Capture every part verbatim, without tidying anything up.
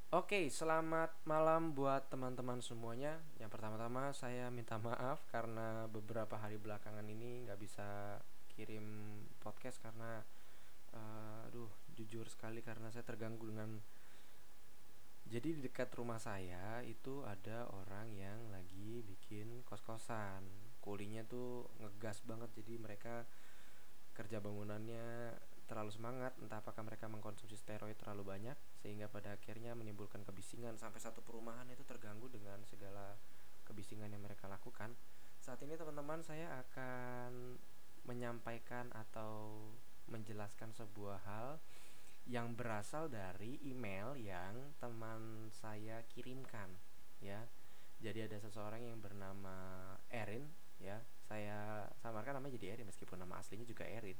Oke, selamat malam buat teman-teman semuanya. Yang pertama-tama saya minta maaf karena beberapa hari belakangan ini nggak bisa kirim podcast karena eh, aduh jujur sekali karena saya terganggu dengan jadi di dekat rumah saya itu ada orang yang lagi bikin kos-kosan. Kulinya tuh ngegas banget jadi mereka kerja bangunannya terlalu semangat, entah apakah mereka mengkonsumsi steroid terlalu banyak sehingga pada akhirnya menimbulkan kebisingan sampai satu perumahan itu terganggu dengan segala kebisingan yang mereka lakukan. Saat ini teman-teman saya akan menyampaikan atau menjelaskan sebuah hal yang berasal dari email yang teman saya kirimkan, ya. Jadi ada seseorang yang bernama Erin, ya. Saya samarkan namanya jadi Erin meskipun nama aslinya juga Erin.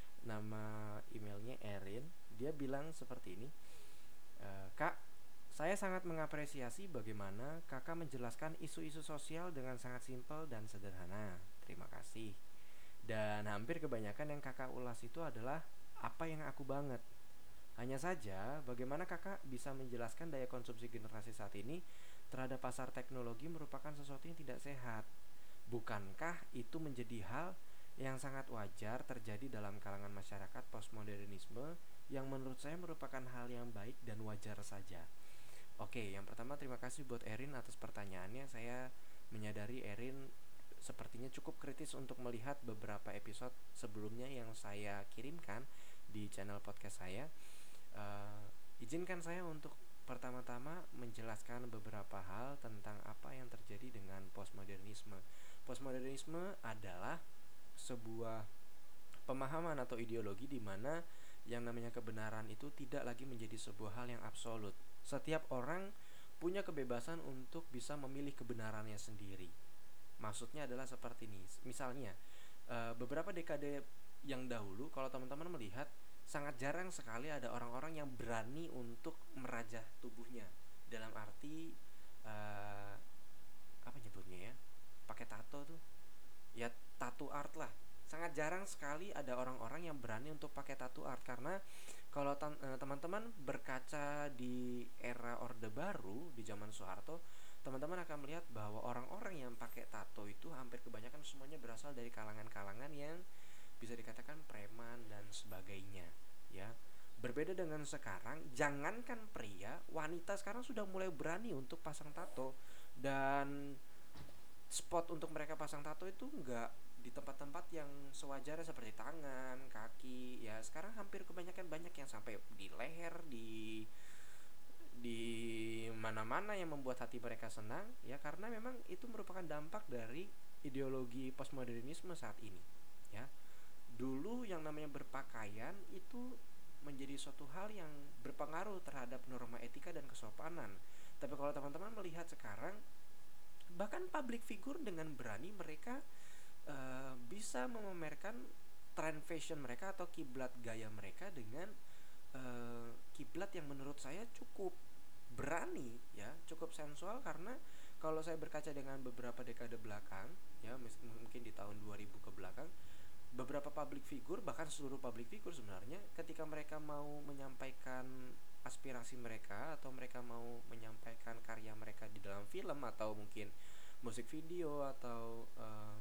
Nama emailnya Erin. Dia bilang seperti ini, e, Kak, saya sangat mengapresiasi bagaimana kakak menjelaskan isu-isu sosial dengan sangat simpel dan sederhana. Terima kasih. Dan hampir kebanyakan yang kakak ulas itu adalah apa yang aku banget. Hanya saja, bagaimana kakak bisa menjelaskan daya konsumsi generasi saat ini terhadap pasar teknologi merupakan sesuatu yang tidak sehat? Bukankah itu menjadi hal yang sangat wajar terjadi dalam kalangan masyarakat postmodernisme yang menurut saya merupakan hal yang baik dan wajar saja? Oke, yang pertama terima kasih buat Erin atas pertanyaannya. Saya menyadari Erin sepertinya cukup kritis untuk melihat beberapa episode sebelumnya yang saya kirimkan di channel podcast saya. Uh, izinkan saya untuk pertama-tama menjelaskan beberapa hal tentang apa yang terjadi dengan postmodernisme. Postmodernisme adalah sebuah pemahaman atau ideologi di mana yang namanya kebenaran itu tidak lagi menjadi sebuah hal yang absolut. Setiap orang punya kebebasan untuk bisa memilih kebenarannya sendiri. Maksudnya adalah seperti ini. Misalnya, uh, beberapa dekade yang dahulu, kalau teman-teman melihat, sangat jarang sekali ada orang-orang yang berani untuk merajah tubuhnya. Dalam arti, uh, apa nyebutnya ya? Pakai tato tuh. Ya, tattoo art lah. Sangat jarang sekali ada orang-orang yang berani untuk pakai tattoo art karena kalau teman-teman berkaca di era Orde Baru di zaman Soeharto, teman-teman akan melihat bahwa orang-orang yang pakai tato itu hampir kebanyakan semuanya berasal dari kalangan-kalangan yang bisa dikatakan preman dan sebagainya, ya. Berbeda dengan sekarang, jangankan pria, wanita sekarang sudah mulai berani untuk pasang tato dan spot untuk mereka pasang tato itu enggak di tempat-tempat yang sewajarnya seperti tangan, kaki. Ya sekarang hampir kebanyakan banyak yang sampai di leher, di di mana-mana yang membuat hati mereka senang, ya karena memang itu merupakan dampak dari ideologi postmodernisme saat ini, ya. Dulu yang namanya berpakaian itu menjadi suatu hal yang berpengaruh terhadap norma etika dan kesopanan. Tapi kalau teman-teman melihat sekarang, bahkan public figure dengan berani mereka uh, bisa memamerkan trend fashion mereka atau kiblat gaya mereka dengan uh, kiblat yang menurut saya cukup berani, ya, cukup sensual. Karena kalau saya berkaca dengan beberapa dekade belakang, ya mungkin di tahun dua ribu ke belakang, beberapa public figure, bahkan seluruh public figure sebenarnya, ketika mereka mau menyampaikan aspirasi mereka atau mereka mau menyampaikan karya mereka di dalam film atau mungkin musik video atau uh,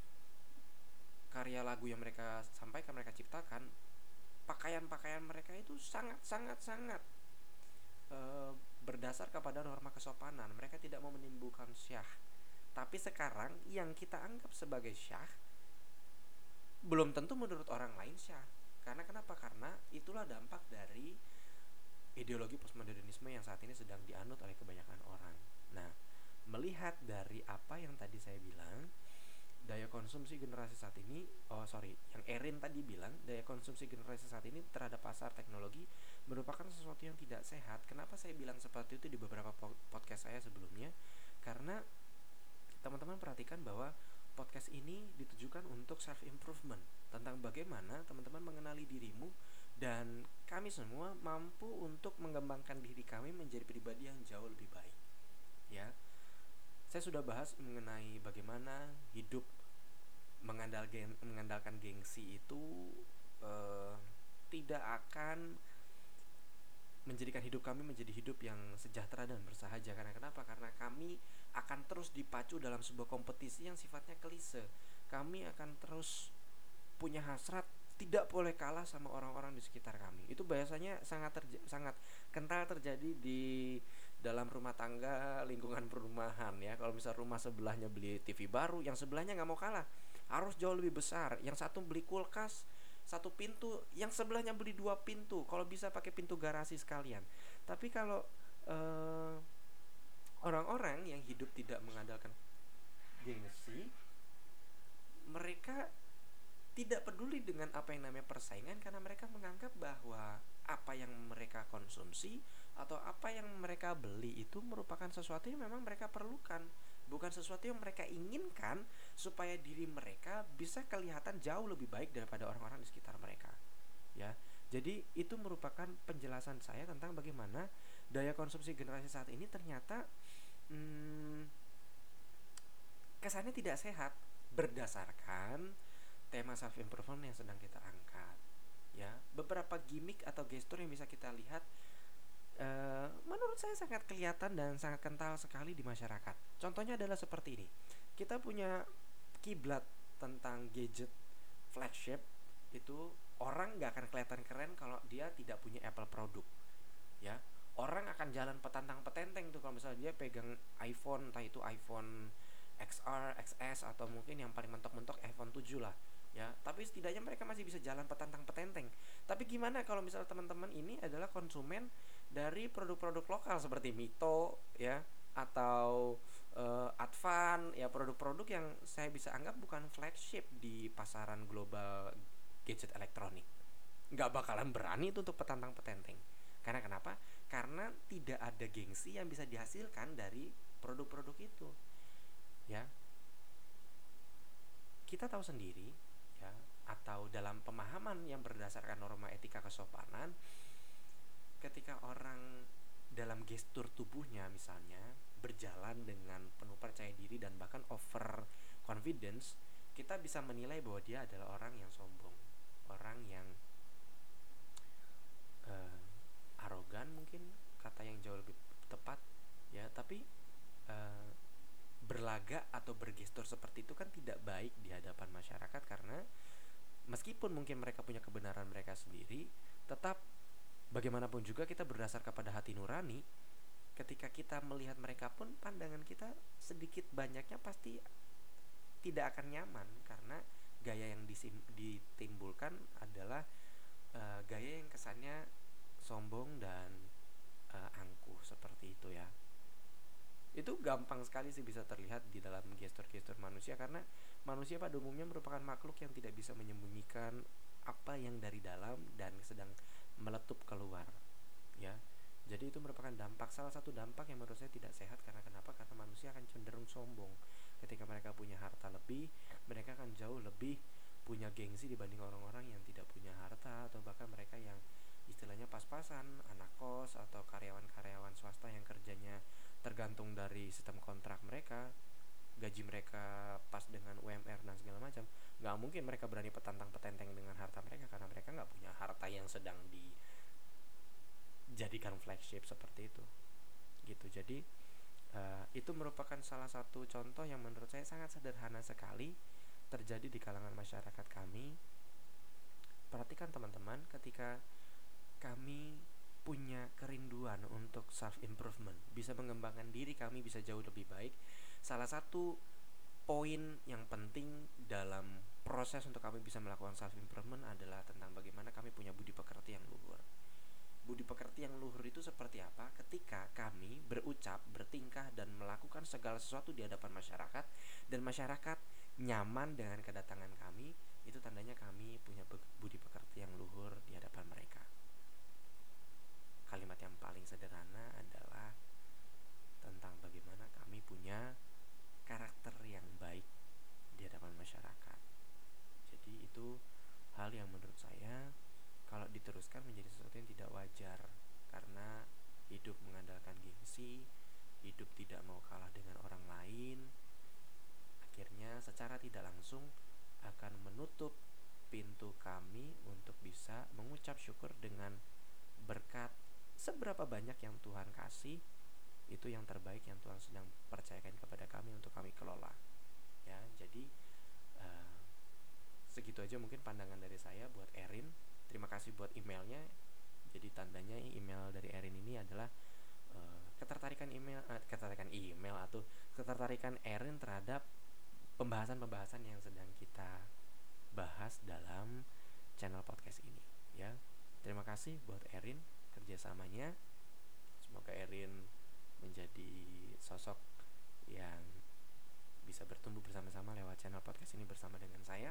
karya lagu yang mereka sampaikan, mereka ciptakan, pakaian-pakaian mereka itu sangat-sangat-sangat uh, berdasar kepada norma kesopanan. Mereka tidak mau menimbulkan syah. Tapi sekarang yang kita anggap sebagai syah belum tentu menurut orang lain syah. Karena kenapa? Karena itulah dampak dari ideologi postmodernisme yang saat ini sedang dianut oleh kebanyakan orang. Nah, melihat dari apa yang tadi saya bilang, daya konsumsi generasi saat ini, oh sorry, yang Erin tadi bilang, daya konsumsi generasi saat ini terhadap pasar teknologi merupakan sesuatu yang tidak sehat. Kenapa saya bilang seperti itu di beberapa podcast saya sebelumnya? Karena teman-teman perhatikan bahwa podcast ini ditujukan untuk self improvement, tentang bagaimana teman-teman mengenali dirimu dan kami semua mampu untuk mengembangkan diri kami menjadi pribadi yang jauh lebih baik, ya. Saya sudah bahas mengenai bagaimana hidup mengandalkan mengandalkan gengsi itu uh, tidak akan menjadikan hidup kami menjadi hidup yang sejahtera dan bersahaja. Karena kenapa? Karena kami akan terus dipacu dalam sebuah kompetisi yang sifatnya klise. Kami akan terus punya hasrat tidak boleh kalah sama orang-orang di sekitar kami. Itu biasanya sangat terja- sangat kental terjadi di dalam rumah tangga, lingkungan perumahan ya. Kalau misal rumah sebelahnya beli T V baru, yang sebelahnya nggak mau kalah, harus jauh lebih besar. Yang satu beli kulkas satu pintu, yang sebelahnya beli dua pintu. Kalau bisa pakai pintu garasi sekalian. Tapi kalau eh, orang-orang yang hidup tidak mengandalkan gengsi, mereka tidak peduli dengan apa yang namanya persaingan, karena mereka menganggap bahwa apa yang mereka konsumsi atau apa yang mereka beli itu merupakan sesuatu yang memang mereka perlukan, bukan sesuatu yang mereka inginkan supaya diri mereka bisa kelihatan jauh lebih baik daripada orang-orang di sekitar mereka. Ya, jadi itu merupakan penjelasan saya tentang bagaimana daya konsumsi generasi saat ini ternyata hmm, kesannya tidak sehat berdasarkan tema self improvement yang sedang kita angkat. Ya, beberapa gimmick atau gestur yang bisa kita lihat uh, menurut saya sangat kelihatan dan sangat kental sekali di masyarakat. Contohnya adalah seperti ini. Kita punya kiblat tentang gadget flagship, itu orang nggak akan kelihatan keren kalau dia tidak punya Apple produk. Ya, orang akan jalan petantang petenteng tuh kalau misalnya dia pegang iPhone, entah itu iPhone X R, X S, atau mungkin yang paling mentok-mentok iPhone tujuh lah. Ya, tapi setidaknya mereka masih bisa jalan petantang petenteng. Tapi gimana kalau misalnya teman-teman ini adalah konsumen dari produk-produk lokal seperti Mito ya, atau uh, Advan ya, produk-produk yang saya bisa anggap bukan flagship di pasaran global gadget elektronik. Nggak bakalan berani itu untuk petantang petenteng. Karena kenapa? Karena tidak ada gengsi yang bisa dihasilkan dari produk-produk itu. Ya, kita tahu sendiri ya, atau dalam pemahaman yang berdasarkan norma etika kesopanan, ketika orang dalam gestur tubuhnya misalnya berjalan dengan penuh percaya diri dan bahkan over confidence, kita bisa menilai bahwa dia adalah orang yang sombong, orang yang uh, arogan, mungkin kata yang jauh lebih tepat ya. Tapi uh, berlagak atau bergestur seperti itu kan tidak baik di hadapan masyarakat, karena meskipun mungkin mereka punya kebenaran mereka sendiri, tetap bagaimanapun juga kita berdasar kepada hati nurani. Ketika kita melihat mereka pun pandangan kita sedikit banyaknya pasti tidak akan nyaman, karena gaya yang disim- ditimbulkan adalah uh, gaya yang kesannya sombong dan uh, angkuh seperti itu ya. Itu gampang sekali sih bisa terlihat di dalam gestur-gestur manusia, karena manusia pada umumnya merupakan makhluk yang tidak bisa menyembunyikan apa yang dari dalam dan sedang meletup keluar ya. Jadi itu merupakan dampak, salah satu dampak yang menurut saya tidak sehat. Karena kenapa? Karena manusia akan cenderung sombong. Ketika mereka punya harta lebih, mereka akan jauh lebih punya gengsi dibanding orang-orang yang tidak punya harta, atau bahkan mereka yang istilahnya pas-pasan, anak kos atau karyawan-karyawan swasta yang kerjanya tergantung dari sistem kontrak mereka, gaji mereka pas dengan U M R dan segala macam. Nggak mungkin mereka berani petantang petenteng dengan harta mereka, karena mereka nggak punya harta yang sedang dijadikan flagship seperti itu gitu. Jadi uh, itu merupakan salah satu contoh yang menurut saya sangat sederhana sekali terjadi di kalangan masyarakat kami. Perhatikan teman-teman, ketika kami punya kerinduan untuk self improvement, bisa mengembangkan diri kami bisa jauh lebih baik, salah satu poin yang penting dalam proses untuk kami bisa melakukan self improvement adalah tentang bagaimana kami punya budi pekerti yang luhur. Budi pekerti yang luhur itu seperti apa? Ketika kami berucap, bertingkah, dan melakukan segala sesuatu di hadapan masyarakat, dan masyarakat nyaman dengan kedatangan kami, itu tandanya kami punya budi pekerti yang luhur di hadapan mereka. Kalimat yang paling sederhana adalah tentang bagaimana kami punya karakter yang baik di hadapan masyarakat. Jadi itu hal yang menurut saya kalau diteruskan menjadi sesuatu yang tidak wajar, karena hidup mengandalkan gengsi, hidup tidak mau kalah dengan orang lain, akhirnya secara tidak langsung akan menutup pintu kami untuk bisa mengucap syukur dengan berkat seberapa banyak yang Tuhan kasih, itu yang terbaik yang Tuhan sedang percayakan kepada kami untuk kami kelola. Ya, jadi uh, segitu aja mungkin pandangan dari saya buat Erin. Terima kasih buat emailnya. Jadi tandanya email dari Erin ini adalah uh, ketertarikan email, uh, ketertarikan email atau ketertarikan Erin terhadap pembahasan-pembahasan yang sedang kita bahas dalam channel podcast ini. Ya, terima kasih buat Erin kerjasamanya. Semoga Erin menjadi sosok yang bisa bertumbuh bersama-sama lewat channel podcast ini bersama dengan saya.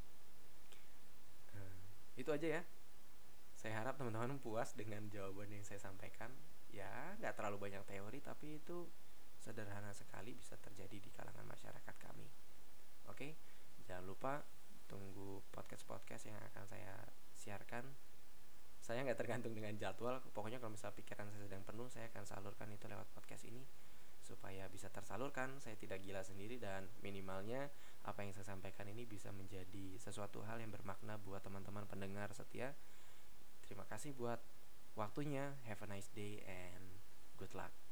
uh, Itu aja ya. Saya harap teman-teman puas dengan jawaban yang saya sampaikan. Ya, gak terlalu banyak teori, tapi itu sederhana sekali bisa terjadi di kalangan masyarakat kami. Oke, jangan lupa tunggu podcast-podcast yang akan saya siarkan. Saya gak tergantung dengan jadwal. Pokoknya kalau misalnya pikiran saya sedang penuh, saya akan salurkan itu lewat podcast ini supaya bisa tersalurkan. Saya tidak gila sendiri, dan minimalnya apa yang saya sampaikan ini bisa menjadi sesuatu hal yang bermakna buat teman-teman pendengar setia. Terima kasih buat waktunya. Have a nice day and good luck.